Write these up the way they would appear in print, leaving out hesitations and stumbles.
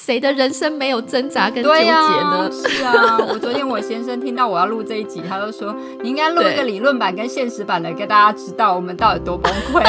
谁的人生没有挣扎跟纠结呢？ 对啊，是啊，我昨天我先生听到我要录这一集，他就说你应该录一个理论版跟现实版的，给大家知道我们到底多崩溃。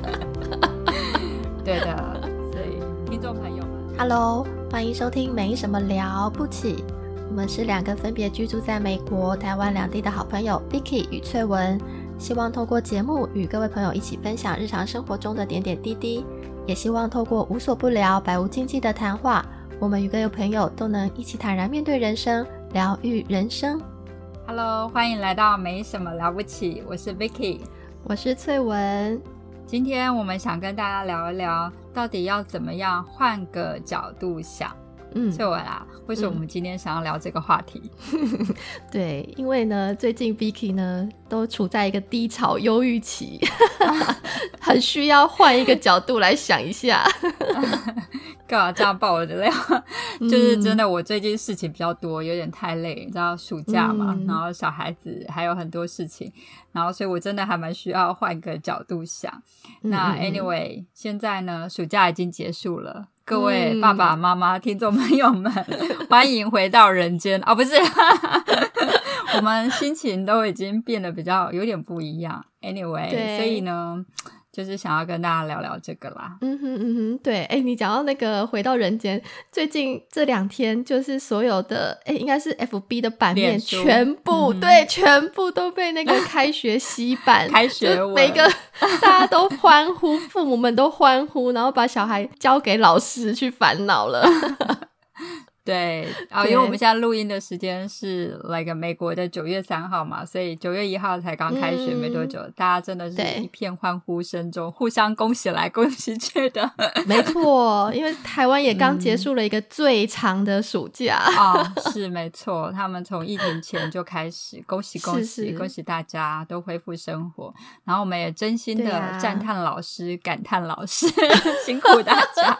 对的，所以听众朋友们 Hello， 欢迎收听没什么了不起，我们是两个分别居住在美国、台湾两地的好朋友 Vicky 与翠文，希望透过节目与各位朋友一起分享日常生活中的点点滴滴，也希望透过无所不聊、百无禁忌的谈话，我们与各位朋友都能一起坦然面对人生，疗愈人生。 Hello， 欢迎来到没什么了不起，我是 Vicky， 我是翠文。 今天我们想跟大家聊一聊，到底要怎么样换个角度想。翠文啊，为什么我们今天想要聊这个话题？ 对，因为呢，最近 Vicky 呢都处在一个低潮忧郁期，很需要换一个角度来想一下。 干嘛这样爆我的料？就是真的，我最近事情比较多，有点太累，你知道暑假嘛，然后小孩子还有很多事情，然后所以我真的还蛮需要换个角度想。那 anyway， 现在呢，暑假已经结束了。各位爸爸妈妈、听众朋友们，欢迎回到人间哦！不是，我们心情都已经变得比较有点不一样。Anyway， 所以呢，就是想要跟大家聊聊这个啦。 对，你讲到那个回到人间，最近这2天就是所有的应该是 FB 的版面全部对，全部都被那个开学洗版， 开学文， 每个大家都欢呼，父母们都欢呼，然后把小孩交给老师去烦恼了。 对因为我们现在录音的时间是美国的9月3号嘛，所以9月1号才刚开学没多久，大家真的是一片欢呼声中互相恭喜来恭喜去的。 没错，因为台湾也刚结束了一个最长的暑假。 是没错，他们从疫情前就开始，恭喜恭喜恭喜大家都恢复生活，然后我们也真心的赞叹老师感叹老师辛苦大家。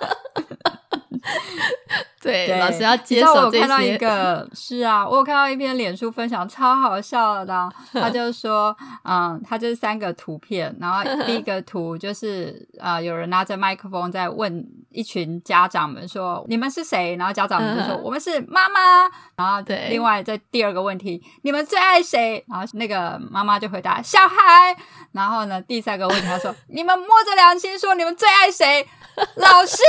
对，老师要接手这些。我有看到一个我有看到一篇脸书分享超好笑的他就说他就是3个图片，然后第一个图就是有人拿着麦克风在问一群家长们说你们是谁，然后家长们就说我们是妈妈，然后另外在第2个问题你们最爱谁，然后那个妈妈就回答小孩，然后呢第3个问题他说你们摸着良心说你们最爱谁，老师。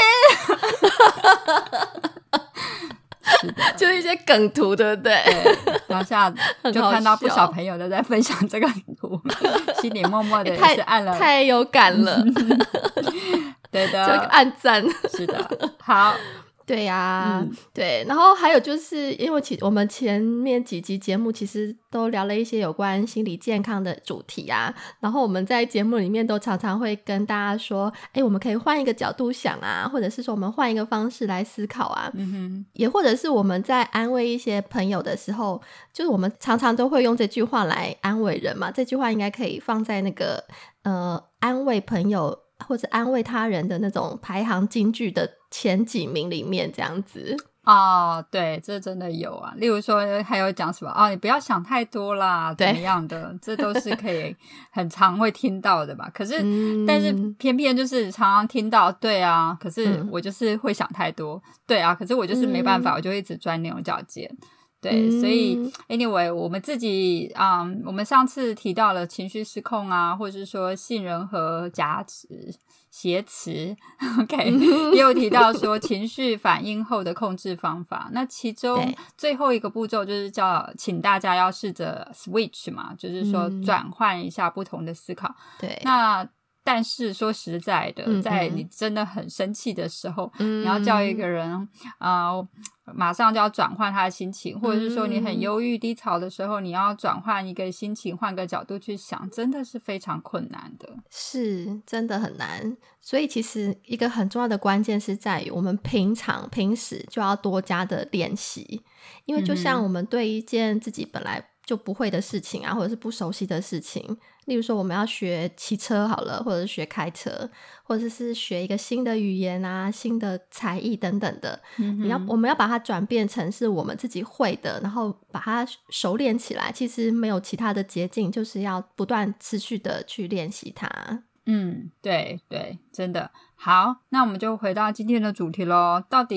是的， 就是一些梗图，对不对？ 对，然后现在就看到不少朋友都在分享这个图，心里默默的也是按了， 太有感了。 对的， 就按赞。 是的，好。 对呀，对，然后还有就是因为我们前面几集节目其实都聊了一些有关心理健康的主题啊，然后我们在节目里面都常常会跟大家说我们可以换一个角度想啊，或者是说我们换一个方式来思考啊，也或者是我们在安慰一些朋友的时候，就是我们常常都会用这句话来安慰人嘛，这句话应该可以放在那个安慰朋友或者安慰他人的那种排行金句的前几名里面这样子。 对，这真的有啊，例如说还有讲什么你不要想太多啦怎么样的，这都是可以很常会听到的吧。可是但是偏偏就是常常听到对啊，可是我就是会想太多，对啊，可是我就是没办法，我就一直钻牛角尖。对，所以 anyway 我们自己我们上次提到了情绪失控啊，或者是说杏仁核夹挟持 OK 也有提到说情绪反应后的控制方法，那其中最后一个步骤就是叫请大家要试着 switch 嘛，就是说转换一下不同的思考。 对， 那但是说实在的在你真的很生气的时候你要叫一个人马上就要转换他的心情，或者是说你很忧郁低潮的时候你要转换一个心情，换个角度去想，真的是非常困难的， 是真的很难。所以其实一个很重要的关键是在于我们平时就要多加的练习，因为就像我们对一件自己本来就不会的事情啊，或者是不熟悉的事情，例如说我们要学骑车好了，或者是学开车，或者是学一个新的语言啊，新的才艺等等的，我们要把它转变成是我们自己会的，然后把它熟练起来，其实没有其他的捷径，就是要不断持续的去练习它。 对对，真的。好，那我们就回到今天的主题咯，到底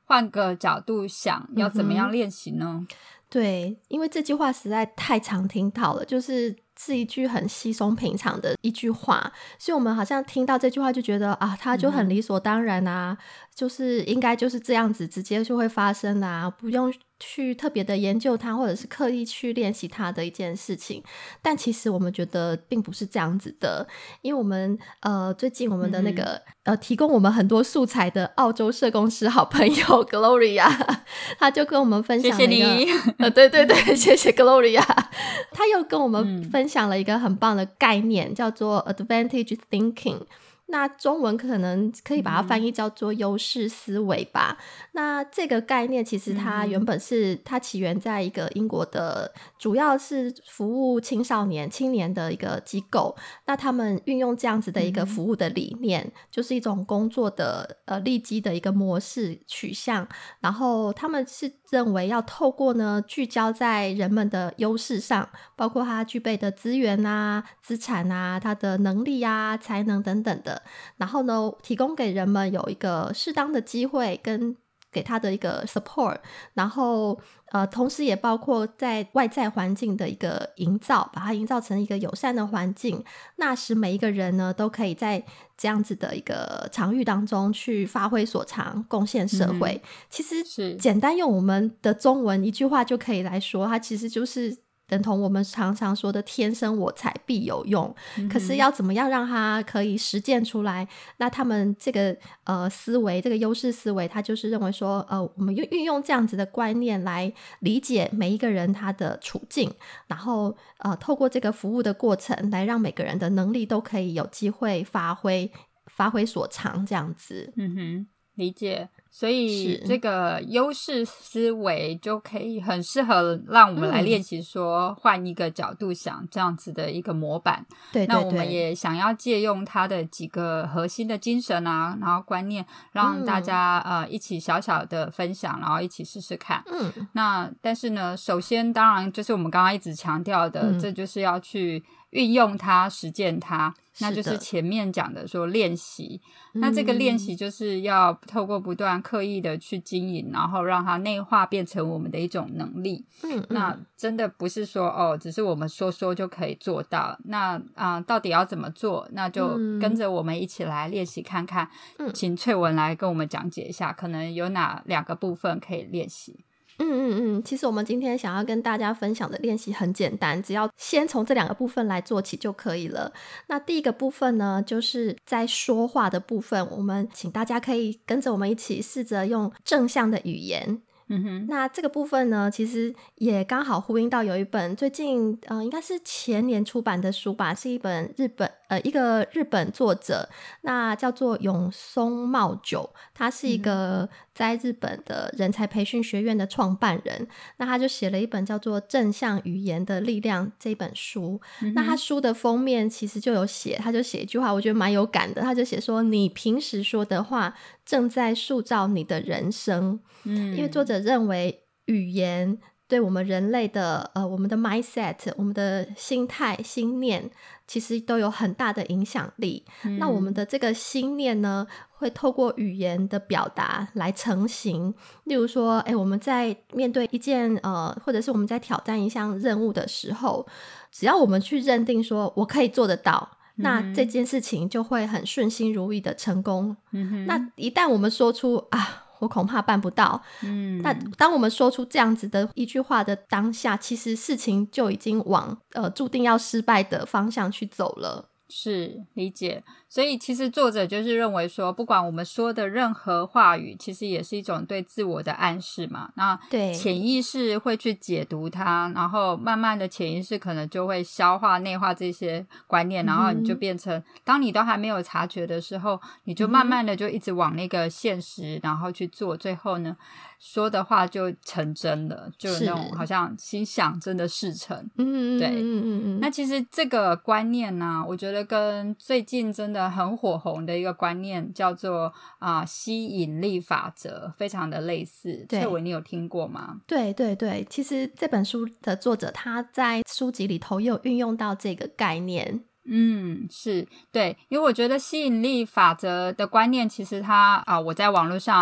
换个角度想要怎么样练习呢？ 对，因为这句话实在太常听到了，就是一句很稀松平常的一句话，所以我们好像听到这句话就觉得啊，它就很理所当然啊，就是应该就是这样子直接就会发生啊，不用去特别的研究它，或者是刻意去练习它的一件事情。但其实我们觉得并不是这样子的，因为我们最近我们的那个提供我们很多素材的澳洲社工师好朋友 Gloria 他就跟我们分享了一个， 谢谢你对对对，谢谢 Gloria 他又跟我们分享了一个很棒的概念，叫做 Advantage Thinking，那中文可能可以把它翻译叫做优势思维吧。那这个概念其实它原本是它起源在一个英国的主要是服务青年的一个机构，那他们运用这样子的一个服务的理念，就是一种工作的利基的一个模式取向，然后他们是认为要透过呢聚焦在人们的优势上，包括他具备的资源啊、资产啊、他的能力啊、才能等等的，然后呢提供给人们有一个适当的机会跟给他的一个 support， 然后同时也包括在外在环境的一个营造，把它营造成一个友善的环境，那使每一个人呢都可以在这样子的一个场域当中去发挥所长，贡献社会。其实简单用我们的中文一句话就可以来说，它其实就是等同我们常常说的天生我材必有用，可是要怎么样让它可以实践出来，那他们这个思维，这个优势思维，他就是认为说我们运用这样子的观念来理解每一个人他的处境，然后透过这个服务的过程来让每个人的能力都可以有机会发挥所长，这样子。 理解。所以这个优势思维就可以很适合让我们来练习说换一个角度想这样子的一个模板。 对对对， 那我们也想要借用它的几个核心的精神啊，然后观念，让大家一起小小的分享，然后一起试试看。那但是呢，首先当然就是我们刚刚一直强调的，这就是要去运用它，实践它，那就是前面讲的说练习。那这个练习就是要透过不断刻意的去经营，然后让它内化变成我们的一种能力。那真的不是说只是我们说就可以做到。那到底要怎么做？那就跟着我们一起来练习看看。请萃雯来跟我们讲解一下，可能有哪2个部分可以练习。 其实我们今天想要跟大家分享的练习很简单，只要先从这2个部分来做起就可以了。那第一个部分呢，就是在说话的部分，我们请大家可以跟着我们一起试着用正向的语言。那这个部分呢，其实也刚好呼应到有一本最近应该是前年出版的书吧，是一本一个日本作者，那叫做永松茂久，他是一个在日本的人才培训学院的创办人。那他就写了一本叫做《正向语言的力量》这一本书。那他书的封面其实就有写，他就写一句话我觉得蛮有感的，他就写说你平时说的话正在塑造你的人生。因为作者认为语言对我们人类的我们的 mindset， 我们的心态心念其实都有很大的影响力。那我们的这个心念呢，会透过语言的表达来成型。例如说我们在面对一件或者是我们在挑战一项任务的时候，只要我们去认定说我可以做得到，那这件事情就会很顺心如意的成功。那一旦我们说出我恐怕办不到，那当我们说出这样子的一句话的当下，其实事情就已经往注定要失败的方向去走了。 是，理解。所以其实作者就是认为说，不管我们说的任何话语，其实也是一种对自我的暗示嘛。那潜意识会去解读它，然后慢慢的潜意识可能就会消化内化这些观念，然后你就变成当你都还没有察觉的时候，你就慢慢的就一直往那个现实然后去做，最后呢说的话就成真了，就有那种好像心想真的事成。对。那其实这个观念呢，我觉得跟最近真的很火红的一个观念叫做吸引力法则非常的类似。萃雯你有听过吗？ 对对对，其实这本书的作者他在书籍里头也有运用到这个概念。 是，对，因为我觉得吸引力法则的观念其实它我在网络上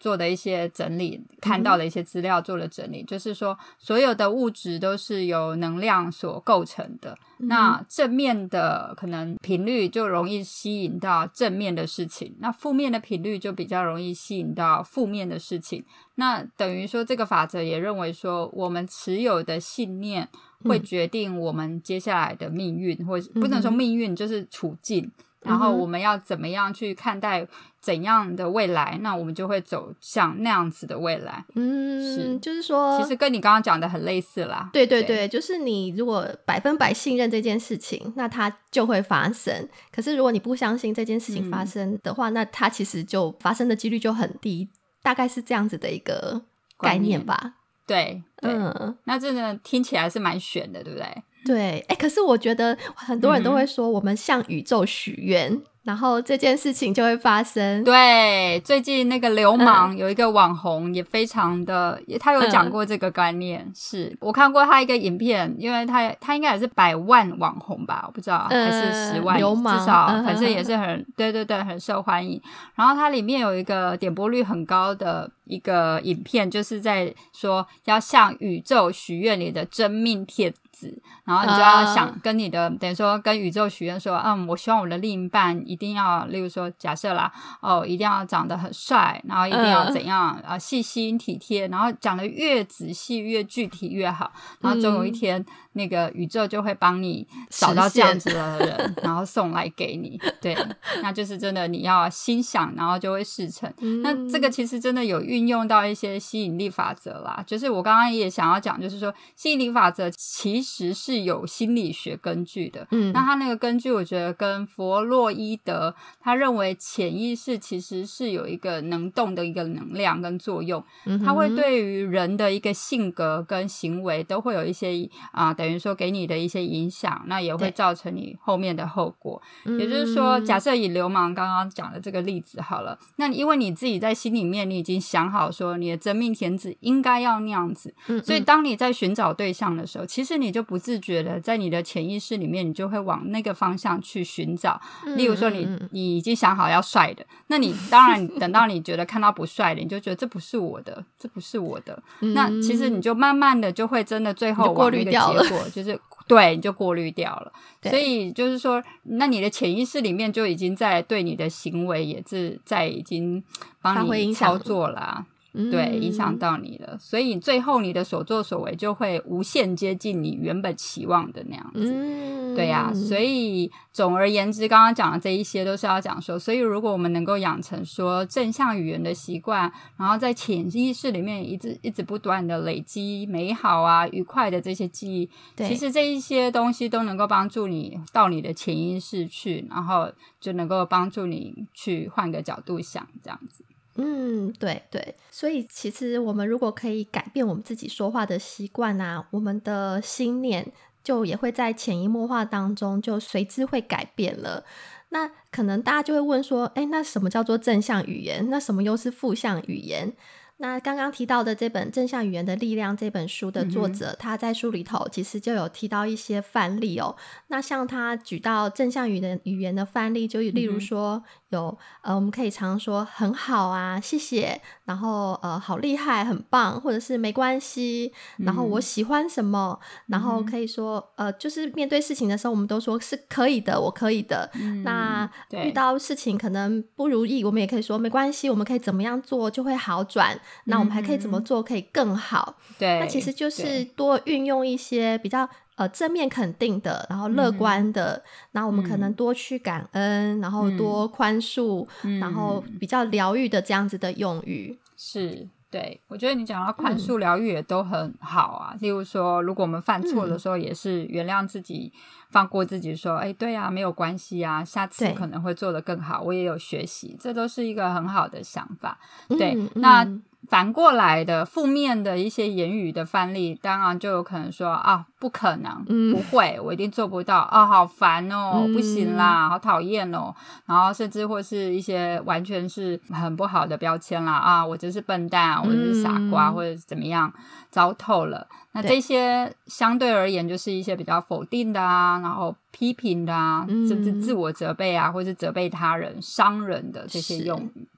做的一些整理，看到的一些资料做了整理，就是说所有的物质都是由能量所构成的，那正面的可能频率就容易吸引到正面的事情，那负面的频率就比较容易吸引到负面的事情。那等于说这个法则也认为说，我们持有的信念会决定我们接下来的命运，或者不能说命运，就是处境，然后我们要怎么样去看待怎样的未来，那我们就会走向那样子的未来。是， 就是说其实跟你刚刚讲的很类似啦。 对对对，就是你如果100%信任这件事情，那它就会发生。可是如果你不相信这件事情发生的话，那它其实就发生的几率就很低，大概是这样子的一个概念吧。 对，那真的听起来是蛮玄的，对不对？ 对，可是我觉得很多人都会说我们向宇宙许愿，然后这件事情就会发生。 对，最近那个流氓有一个网红也非常的，他有讲过这个概念，是我看过他一个影片，因为他应该也是100万网红吧，我不知道还是10万， 流氓至少反正也是很对对对，很受欢迎。然后它里面有一个点播率很高的一个影片，就是在说要向宇宙许愿你的真命天子，然后你就要想跟你的等于说跟宇宙许愿说，我希望我的另一半一定要，例如说假设啦，一定要长得很帅，然后一定要怎样细心体贴，然后讲的越仔细越具体越好，然后总有一天那个宇宙就会帮你找到这样子的人，然后送来给你。对，那就是真的你要心想，然后就会事成。那这个其实真的有运用到一些吸引力法则啦，就是我刚刚也想要讲，就是说吸引力法则其实是有心理学根据的。那他那个根据我觉得跟弗洛伊德他认为潜意识其实是有一个能动的一个能量跟作用，它会对于人的一个性格跟行为都会有一些等于说给你的一些影响，那也会造成你后面的后果。也就是说假设以流氓刚刚讲的这个例子好了，那因为你自己在心里面你已经想好说你的真命天子应该要那样子，所以当你在寻找对象的时候，其实你就不自觉的在你的潜意识里面你就会往那个方向去寻找。例如说你已经想好要帅的，那你当然等到你觉得看到不帅的你就觉得这不是我的，这不是我的，那其实你就慢慢的就会真的最后往那个结果就是对，你就过滤掉了。所以就是说那你的潜意识里面就已经在对你的行为也是在已经帮你操作啦，对，影响到你了，所以最后你的所作所为就会无限接近你原本期望的那样子。对呀，所以总而言之刚刚讲的这一些都是要讲说，所以如果我们能够养成说正向语言的习惯，然后在潜意识里面一直不断的累积美好愉快的这些记忆，其实这一些东西都能够帮助你到你的潜意识去，然后就能够帮助你去换个角度想这样子。 对对，所以其实我们如果可以改变我们自己说话的习惯我们的心念就也会在潜移默化当中就随之会改变了。那可能大家就会问说，那什么叫做正向语言？那什么又是负向语言？那刚刚提到的这本《正向语言的力量》这本书的作者，他在书里头其实就有提到一些范例那像他举到正向语言的范例，就例如说有我们可以常说很好谢谢，然后好厉害很棒，或者是没关系，然后我喜欢什么，然后可以说就是面对事情的时候我们都说是可以的，我可以的。那遇到事情可能不如意，我们也可以说没关系，我们可以怎么样做就会好转，那我们还可以怎么做可以更好。对，那其实就是多运用一些比较正面肯定的，然后乐观的，然后我们可能多去感恩，然后多宽恕，然后比较疗愈的这样子的用语。 是，对，我觉得你讲到宽恕疗愈也都很好例如说如果我们犯错的时候也是原谅自己，放过自己说对没有关系下次可能会做得更好，我也有学习，这都是一个很好的想法。对，那反过来的负面的一些言语的范例，当然就有可能说不可能，不会，我一定做不到好烦不行啦，好讨厌然后甚至或是一些完全是很不好的标签啦我就是笨蛋我就是傻瓜或者怎么样糟透了。那这些相对而言就是一些比较否定的然后批评的甚至自我责备或是责备他人伤人的这些用语。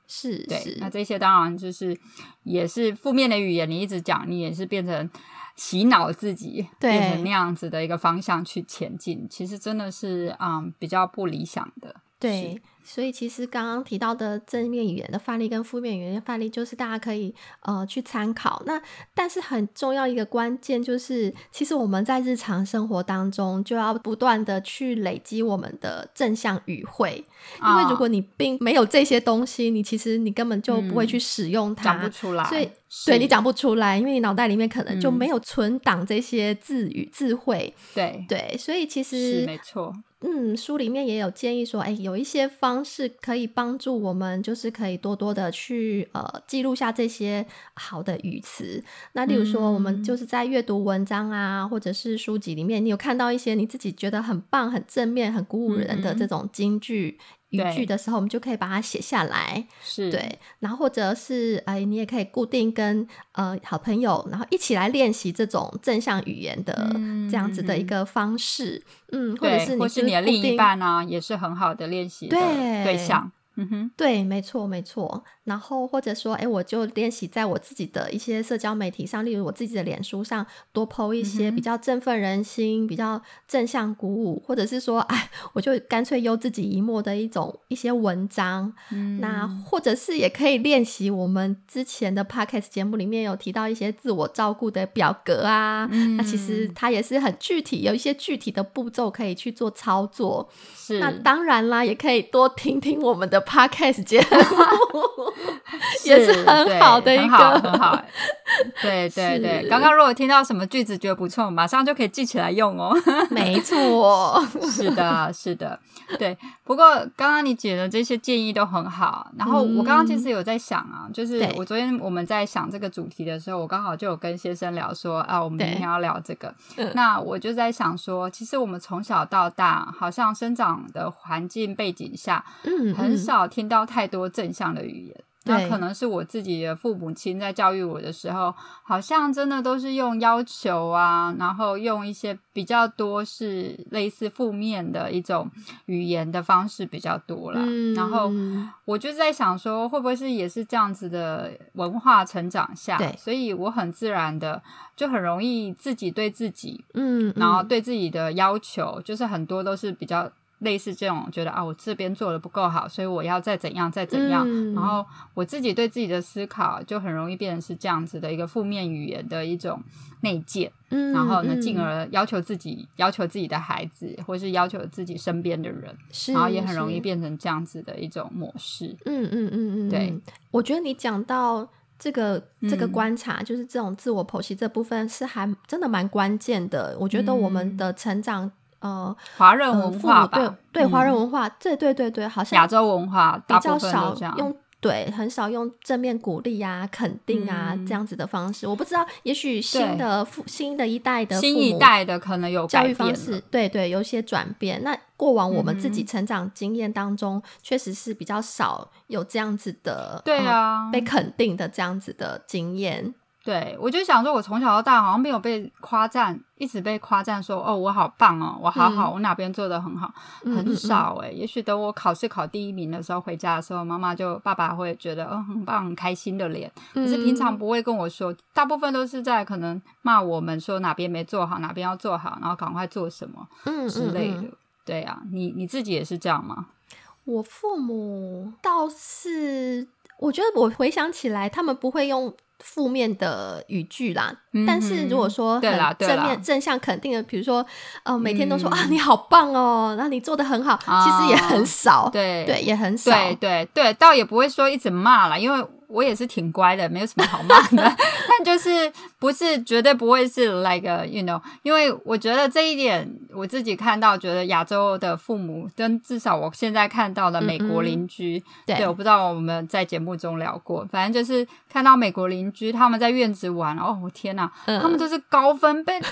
对，那这些当然就是也是负面的语言，你一直讲，你也是变成洗脑自己，变成那样子的一个方向去前进，其实真的是比较不理想的。 对，所以其实刚刚提到的正面语言的范例跟负面语言的范例，就是大家可以去参考。那但是很重要一个关键就是，其实我们在日常生活当中就要不断的去累积我们的正向语汇，因为如果你并没有这些东西，你其实你根本就不会去使用它， 讲不出来。 所以对，你讲不出来，因为你脑袋里面可能就没有存档这些字语智慧。对，所以其实是没错。 书里面也有建议说，有一些方式可以帮助我们，就是可以多多的去记录下这些好的语词。那例如说，我们就是在阅读文章啊，或者是书籍里面，你有看到一些你自己觉得很棒、很正面、很鼓舞人的这种金句语句的时候，我们就可以把它写下来。 是，对。 然后或者是你也可以固定跟好朋友，然后一起来练习这种正向语言的这样子的一个方式。或者是或是你的另一半啊，也是很好的练习的对象。 对，没错。然后或者说我就练习在我自己的一些社交媒体上，例如我自己的脸书上多 po 一些比较振奋人心、比较正向鼓舞，或者是说我就干脆悠自己一默的一些文章。那或者是也可以练习我们之前的 podcast 节目里面有提到一些自我照顾的表格啊。那其实它也是很具体，有一些具体的步骤可以去做操作。 是， 那当然啦，也可以多听听我们的 podcast 节目也是很好的一个， 很好。对，刚刚如果听到什么句子觉得不错，马上就可以记起来用哦。 没错， 是的，对。不过刚刚你解的这些建议都很好，然后我刚刚其实有在想啊，就是我昨天我们在想这个主题的时候，我刚好就有跟先生聊说我们明天要聊这个。那我就在想说，其实我们从小到大好像生长的环境背景下很少听到太多正向的语言。那可能是我自己的父母亲在教育我的时候，好像真的都是用要求啊，然后用一些比较多是类似负面的一种语言的方式比较多啦。然后我就在想说，会不会是也是这样子的文化成长下，所以我很自然的就很容易自己对自己然后对自己的要求就是很多都是比较类似这种觉得我这边做的不够好，所以我要再怎样然后我自己对自己的思考就很容易变成是这样子的一个负面语言的一种内建。然后呢进而要求自己的孩子，或是要求自己身边的人，然后也很容易变成这样子的一种模式。对， 我觉得你讲到这个观察，就是这种自我剖析这部分是还真的蛮关键的。我觉得我们的成长华人文化吧， 对华人文化，对，好像亚洲文化比较少用，很少用正面鼓励啊、肯定啊这样子的方式。我不知道，也许新一代的父母， 新一代的可能有教育方式，对，有一些转变。那过往我们自己成长经验当中，确实是比较少有这样子的，被肯定的这样子的经验。 对，我就想说我从小到大好像没有被夸赞，一直被夸赞说我好棒哦，我好好，我哪边做得很好，很少也许等我考试考第1名的时候，回家的时候爸爸会觉得很棒，很开心的脸，可是平常不会跟我说，大部分都是在可能骂我们说哪边没做好，哪边要做好，然后赶快做什么之类的。对啊，你自己也是这样吗？ 我父母倒是，我觉得我回想起来他们不会用负面的语句啦，但是如果说很正面正向肯定的，比如说每天都说你好棒哦，然后你做得很好，其实也很少。对，也很少。 对，倒也不会说一直骂啦，因为我也是挺乖的，没有什么好骂的但就是不是绝对不会是 like you know， 因为我觉得这一点我自己看到，觉得亚洲的父母跟至少我现在看到的美国邻居，对，我不知道我们在节目中聊过，反正就是看到美国邻居他们在院子玩，我天哪，他们都是高分被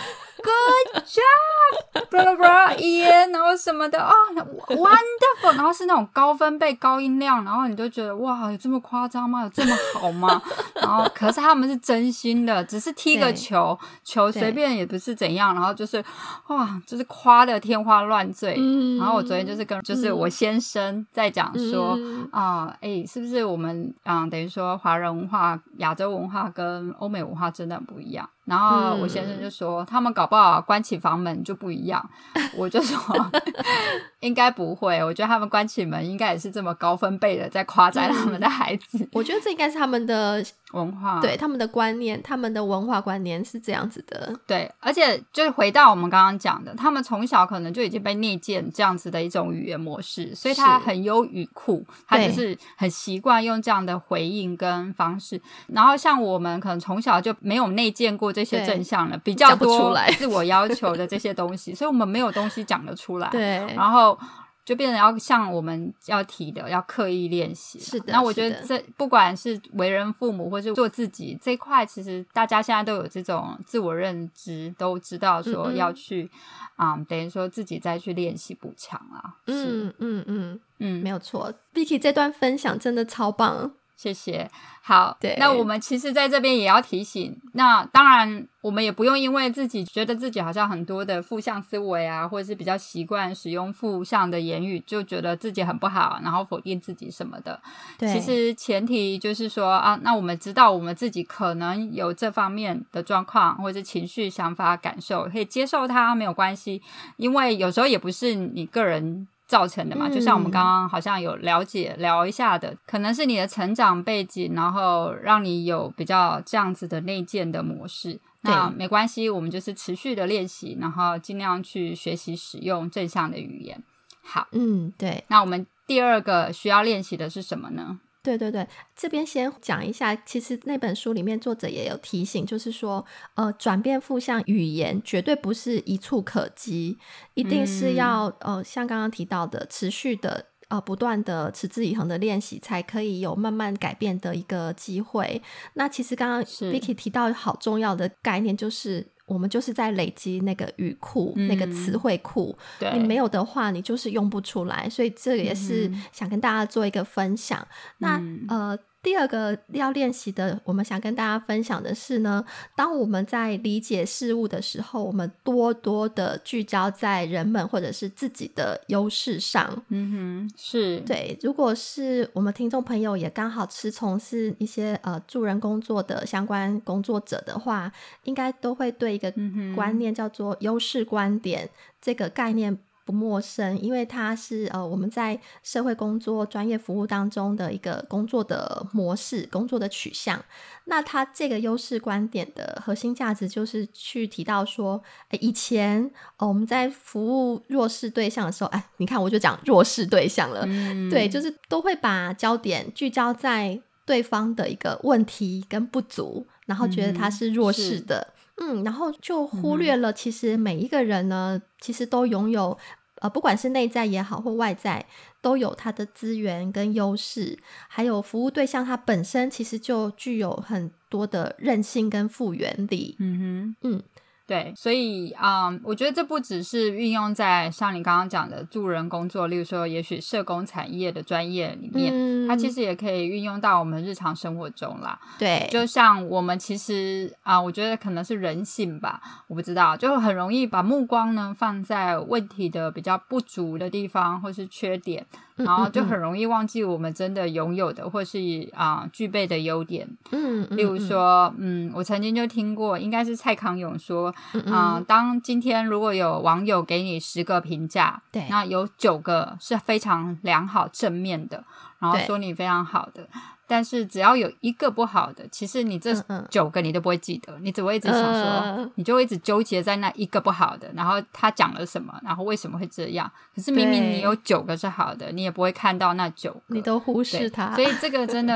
good job blah blah blah Ian 然后什么的wonderful 然后是那种高分贝高音量，然后你就觉得哇有这么夸张吗？有这么好吗？然后可是他们是真心的，只是踢个球随便也不是怎样，然后就是哇就是夸得天花乱坠。然后我昨天就是跟就是我先生在讲说是不是我们等于说华人文化亚洲文化跟欧美文化真的很不一样。然后我先生就说他们搞不好关起房门就不一样。我就说应该不会，我觉得他们关起门应该也是这么高分贝的在夸赞他们的孩子。 我觉得这应该是他们的文化， 对他们的观念，他们的文化观念是这样子的。 对，而且就是回到我们刚刚讲的，他们从小可能就已经被内建这样子的一种语言模式，所以他很有语库，他就是很习惯用这样的回应跟方式。然后像我们可能从小就没有内建过这些正向了，比较多自我要求的这些东西，所以我们没有东西讲得出来。 对， 然后就变成要像我们要提的要刻意练习。 是的， 那我觉得这不管是为人父母或是做自己这一块，其实大家现在都有这种自我认知，都知道说要去等于说自己再去练习补强啦。 没有错。 Vicky 这段分享真的超棒， 谢谢。好，那我们其实在这边也要提醒，那当然我们也不用因为自己觉得自己好像很多的负向思维啊，或者是比较习惯使用负向的言语，就觉得自己很不好，然后否定自己什么的。其实前提就是说那我们知道我们自己可能有这方面的状况，或者是情绪想法感受，可以接受它没有关系，因为有时候也不是你个人造成的嘛，就像我们刚刚好像有聊一下的，可能是你的成长背景，然后让你有比较这样子的内建的模式。那没关系，我们就是持续的练习，然后尽量去学习使用正向的语言。好， 对。 那我们第二个需要练习的是什么呢？ 对，这边先讲一下，其实那本书里面作者也有提醒，就是说转变负向语言绝对不是一触可及，一定是要像刚刚提到的持续的不断的持之以恒的练习，才可以有慢慢改变的一个机会。那其实刚刚 Vicky 提到好重要的概念，就是我们就是在累积那个语库，那个词汇库，你没有的话你就是用不出来，所以这个也是想跟大家做一个分享。那第二个要练习的，我们想跟大家分享的是呢，当我们在理解事物的时候，我们多多的聚焦在人们或者是自己的优势上。是，对。如果是我们听众朋友也刚好是从事一些助人工作的相关工作者的话，应该都会对一个观念叫做优势观点这个概念不陌生，因为它是我们在社会工作专业服务当中的一个工作的模式，工作的取向。那它这个优势观点的核心价值就是去提到说以前我们在服务弱势对象的时候，你看我就讲弱势对象了，对，就是都会把焦点聚焦在对方的一个问题跟不足，然后觉得他是弱势的，然后就忽略了其实每一个人呢其实都拥有不管是内在也好或外在，都有他的资源跟优势，还有服务对象他本身其实就具有很多的韧性跟复原力。 对，所以我觉得这不只是运用在像你刚刚讲的助人工作，例如说也许社工产业的专业里面，它其实也可以运用到我们日常生活中啦。对，就像我们其实我觉得可能是人性吧，我不知道，就很容易把目光呢放在问题的比较不足的地方或是缺点，然后就很容易忘记我们真的拥有的或是具备的优点。例如说我曾经就听过，应该是蔡康永说当今天如果有网友给你10个评价，对，那有9个是非常良好正面的，然后说你非常好的，但是只要有1个不好的，其实你这9个你都不会记得，你只会一直想说你就会一直纠结在那1个不好的，然后他讲了什么，然后为什么会这样，可是明明你有9个是好的，你也不会看到那9个， 你都忽视它。 所以这个真的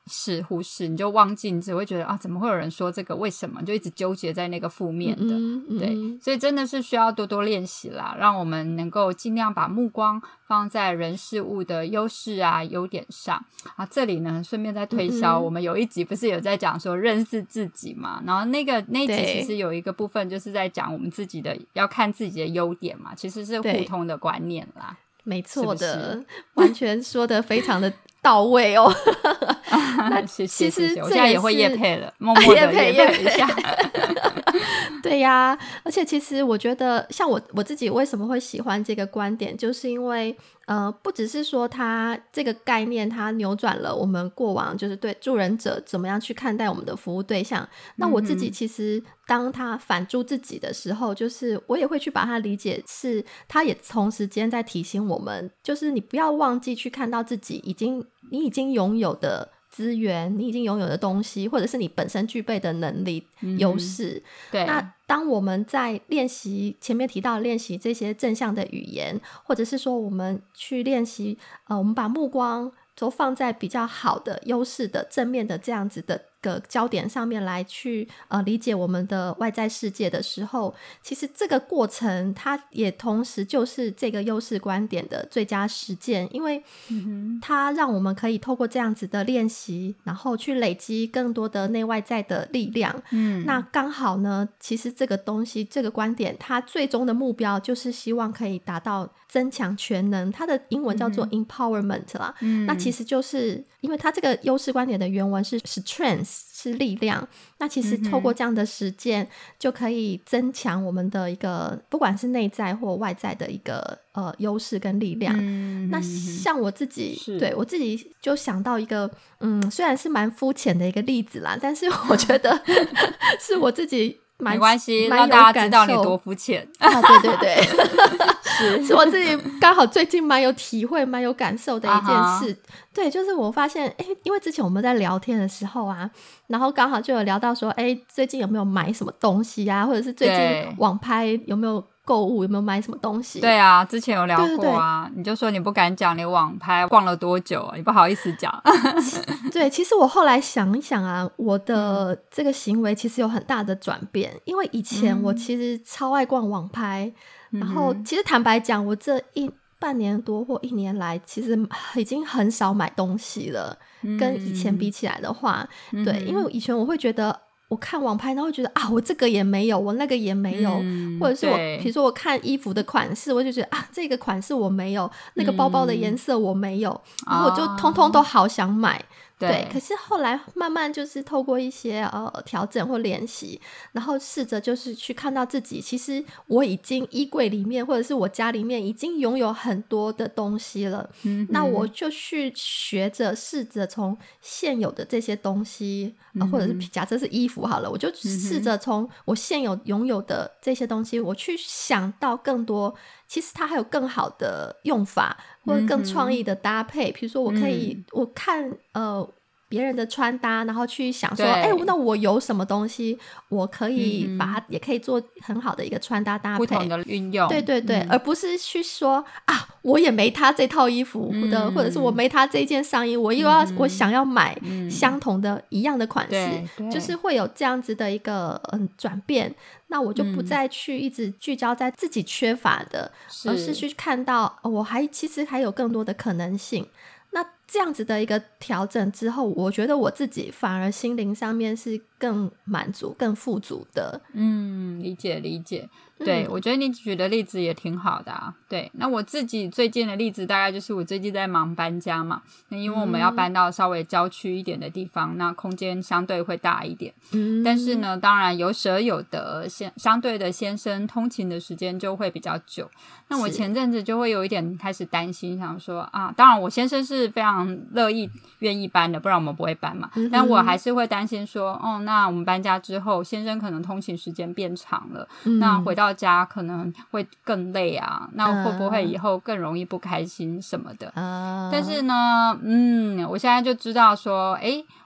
忽视，你就忘记，你只会觉得啊，怎么会有人说这个，为什么，就一直纠结在那个负面的。对，所以真的是需要多多练习啦，让我们能够尽量把目光放在人事物的优势啊优点上啊。这里呢顺便再推销，我们有一集不是有在讲说认识自己嘛，然后那一集其实有一个部分就是在讲我们自己的要看自己的优点嘛，其实是互通的观念啦。 没错的， 是不是完全说得非常的到位哦。那谢谢其实我现在也会业配了，默默的业配一下。 对呀，而且其实我觉得像我自己为什么会喜欢这个观点，就是因为不只是说它这个概念它扭转了我们过往就是对助人者怎么样去看待我们的服务对象，那我自己其实当他反诸自己的时候，就是我也会去把它理解是他也同时间在提醒我们，就是你不要忘记去看到自己你已经拥有的资源，你已经拥有的东西，或者是你本身具备的能力优势。 对， 那当我们在练习前面提到练习这些正向的语言，或者是说我们去练习我们把目光都放在比较好的优势的正面的这样子的个焦点上面来去理解我们的外在世界的时候，其实这个过程它也同时就是这个优势观点的最佳实践，因为它让我们可以透过这样子的练习，然后去累积更多的内外在的力量。那刚好呢，其实这个东西这个观点它最终的目标就是希望可以达到增强全能，它的英文叫做 empowerment 啦。那其实就是因为它这个优势观点的原文是 strength， 是力量，那其实透过这样的实践就可以增强我们的一个不管是内在或外在的一个优势跟力量。那像我自己对我自己就想到一个虽然是蛮肤浅的一个例子啦，但是我觉得是我自己没关系，让大家知道你多肤浅啊！对对对，是我自己刚好最近蛮有体会、蛮有感受的一件事。对，就是我发现，因为之前我们在聊天的时候啊，然后刚好就有聊到说，最近有没有买什么东西啊，或者是最近网拍有没有购物，有没有买什么东西？ 对啊，之前有聊过啊，对对对，你就说你不敢讲你网拍逛了多久，你不好意思讲。 对，其实我后来想一想啊，我的这个行为其实有很大的转变，因为以前我其实超爱逛网拍，然后其实坦白讲，我这半年多或1年来其实已经很少买东西了，跟以前比起来的话，对，因为以前我会觉得我看网拍然后觉得啊，我这个也没有，我那个也没有，或者是我比如说我看衣服的款式，我就觉得啊，这个款式我没有，那个包包的颜色我没有，然后我就通通都好想买。对，可是后来慢慢就是透过一些调整或练习，然后试着就是去看到自己，其实我已经衣柜里面或者是我家里面已经拥有很多的东西了，那我就去学着试着从现有的这些东西，或者是假设是衣服好了，我就试着从我现有拥有的这些东西，我去想到更多其实它还有更好的用法或者更创意的搭配，比如说我可以我看别人的穿搭，然后去想说那我有什么东西我可以把它也可以做很好的一个穿搭搭配， 不同的运用。 对对对，而不是去说啊我也没他这套衣服的，或者是我没他这件上衣，我又要我想要买相同的一样的款式，就是会有这样子的一个转变。那我就不再去一直聚焦在自己缺乏的，而是去看到我其实还有更多的可能性。那这样子的一个调整之后，我觉得我自己反而心灵上面是更满足更富足的。 理解理解。对，我觉得你举的例子也挺好的啊。对，那我自己最近的例子大概就是我最近在忙搬家嘛，那因为我们要搬到稍微郊区一点的地方，那空间相对会大一点，但是呢当然有舍有得，相对的先生通勤的时间就会比较久。那我前阵子就会有一点开始担心，想说啊，当然我先生是非常愿意搬的，不然我们不会搬嘛，但我还是会担心说那我们搬家之后先生可能通勤时间变长了，那回到家可能会更累啊，那会不会以后更容易不开心什么的。但是呢我现在就知道说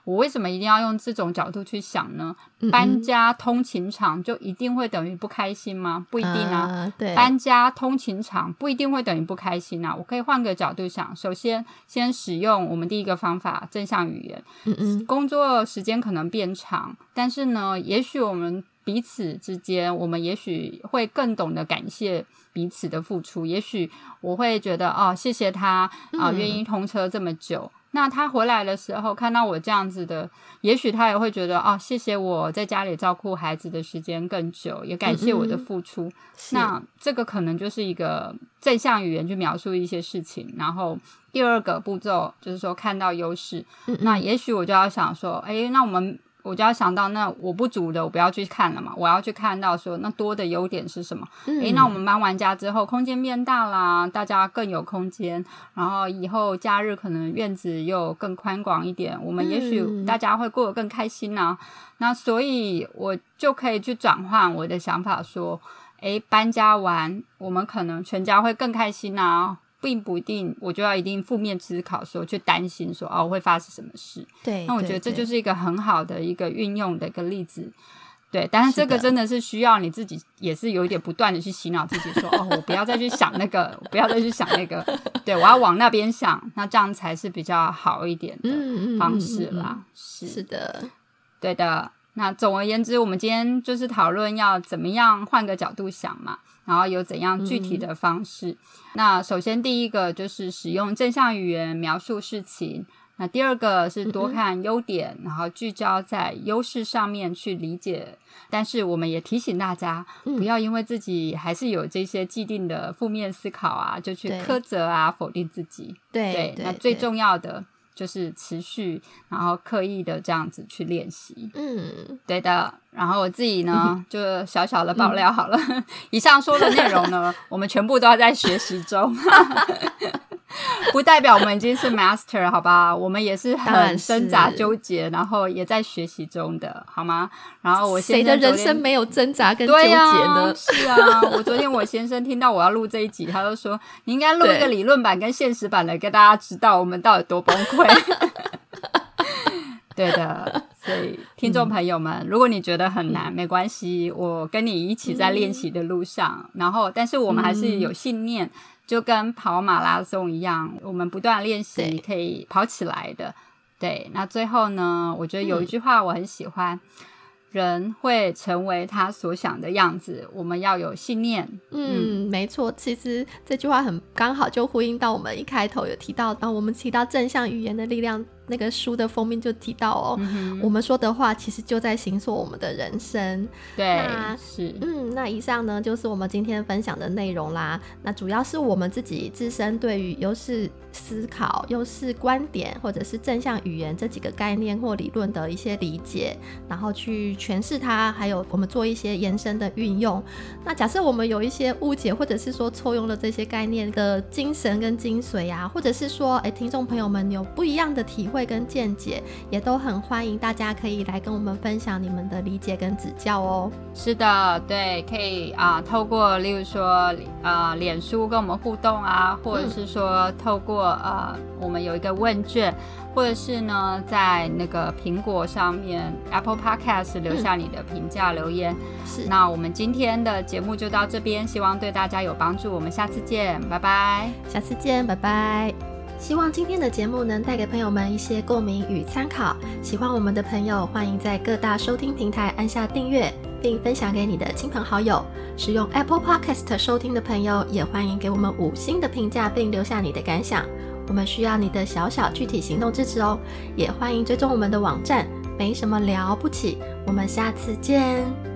我为什么一定要用这种角度去想呢？搬家通勤场就一定会等于不开心吗？不一定啊。 对， 搬家通勤场不一定会等于不开心啊。我可以换个角度想，首先先使用我们第一个方法正向语言。工作时间可能变长，但是呢，也许我们彼此之间，我们也许会更懂得感谢彼此的付出。也许我会觉得谢谢他愿意通车这么久。那他回来的时候看到我这样子的，也许他也会觉得谢谢我在家里照顾孩子的时间更久，也感谢我的付出。那这个可能就是一个正向语言去描述一些事情。然后第二个步骤就是说看到优势。那也许我就要想说那我就要想到，那我不足的我不要去看了嘛，我要去看到说那多的优点是什么。那我们搬完家之后空间变大啦，大家更有空间，然后以后假日可能院子又更宽广一点，我们也许大家会过得更开心啊。那所以我就可以去转换我的想法说搬家完我们可能全家会更开心啊，并不一定我就要一定负面思考说去担心说会发生什么事。 对， 那我觉得这就是一个很好的一个运用的一个例子。对，但是这个真的是需要你自己也是有一点不断的去洗脑自己说我不要再去想那个我不要再去想那个对，我要往那边想，那这样才是比较好一点的方式啦。 是的， 对的。那总而言之，我们今天就是讨论要怎么样换个角度想嘛，然后有怎样具体的方式。那首先第一个就是使用正向语言描述事情，那第二个是多看优点，然后聚焦在优势上面去理解。但是我们也提醒大家不要因为自己还是有这些既定的负面思考啊，就去苛责啊否定自己。对，那最重要的就是持续然后刻意的这样子去练习。对的。然后我自己呢就小小的爆料好了以上说的内容呢我们全部都要在学习中不代表我们已经是 master 好吧，我们也是很挣扎纠结，然后也在学习中的好吗？然后我先生谁的人生没有挣扎跟纠结呢？ 是啊，我昨天我先生听到我要录这一集他就说你应该录一个理论版跟现实版的给大家知道我们到底多崩溃对的，所以听众朋友们如果你觉得很难没关系，我跟你一起在练习的路上然后但是我们还是有信念就跟跑马拉松一样，我们不断练习可以跑起来的。对，那最后呢我觉得有一句话我很喜欢人会成为他所想的样子，我们要有信念。 没错，其实这句话很刚好就呼应到我们一开头有提到我们提到正向语言的力量那个书的封面就提到我们说的话其实就在形塑我们的人生。 对，是那以上呢就是我们今天分享的内容啦。那主要是我们自己自身对于优势思考、优势观点或者是正向语言这几个概念或理论的一些理解，然后去诠释它，还有我们做一些延伸的运用。那假设我们有一些误解或者是说错用了这些概念的精神跟精髓啊，或者是说听众朋友们有不一样的体会跟见解，也都很欢迎大家可以来跟我们分享你们的理解跟指教哦。 是的，对，可以透过例如说脸书跟我们互动啊，或者是说透过我们有一个问卷，或者是呢在那个苹果上面 Apple Podcast 留下你的评价留言。 是， 那我们今天的节目就到这边，希望对大家有帮助，我们下次见，拜拜。 下次见，拜拜。希望今天的节目能带给朋友们一些共鸣与参考，喜欢我们的朋友欢迎在各大收听平台按下订阅并分享给你的亲朋好友，使用 Apple Podcast 收听的朋友也欢迎给我们5星的评价并留下你的感想，我们需要你的小小具体行动支持哦。也欢迎追踪我们的网站，没什么了不起，我们下次见。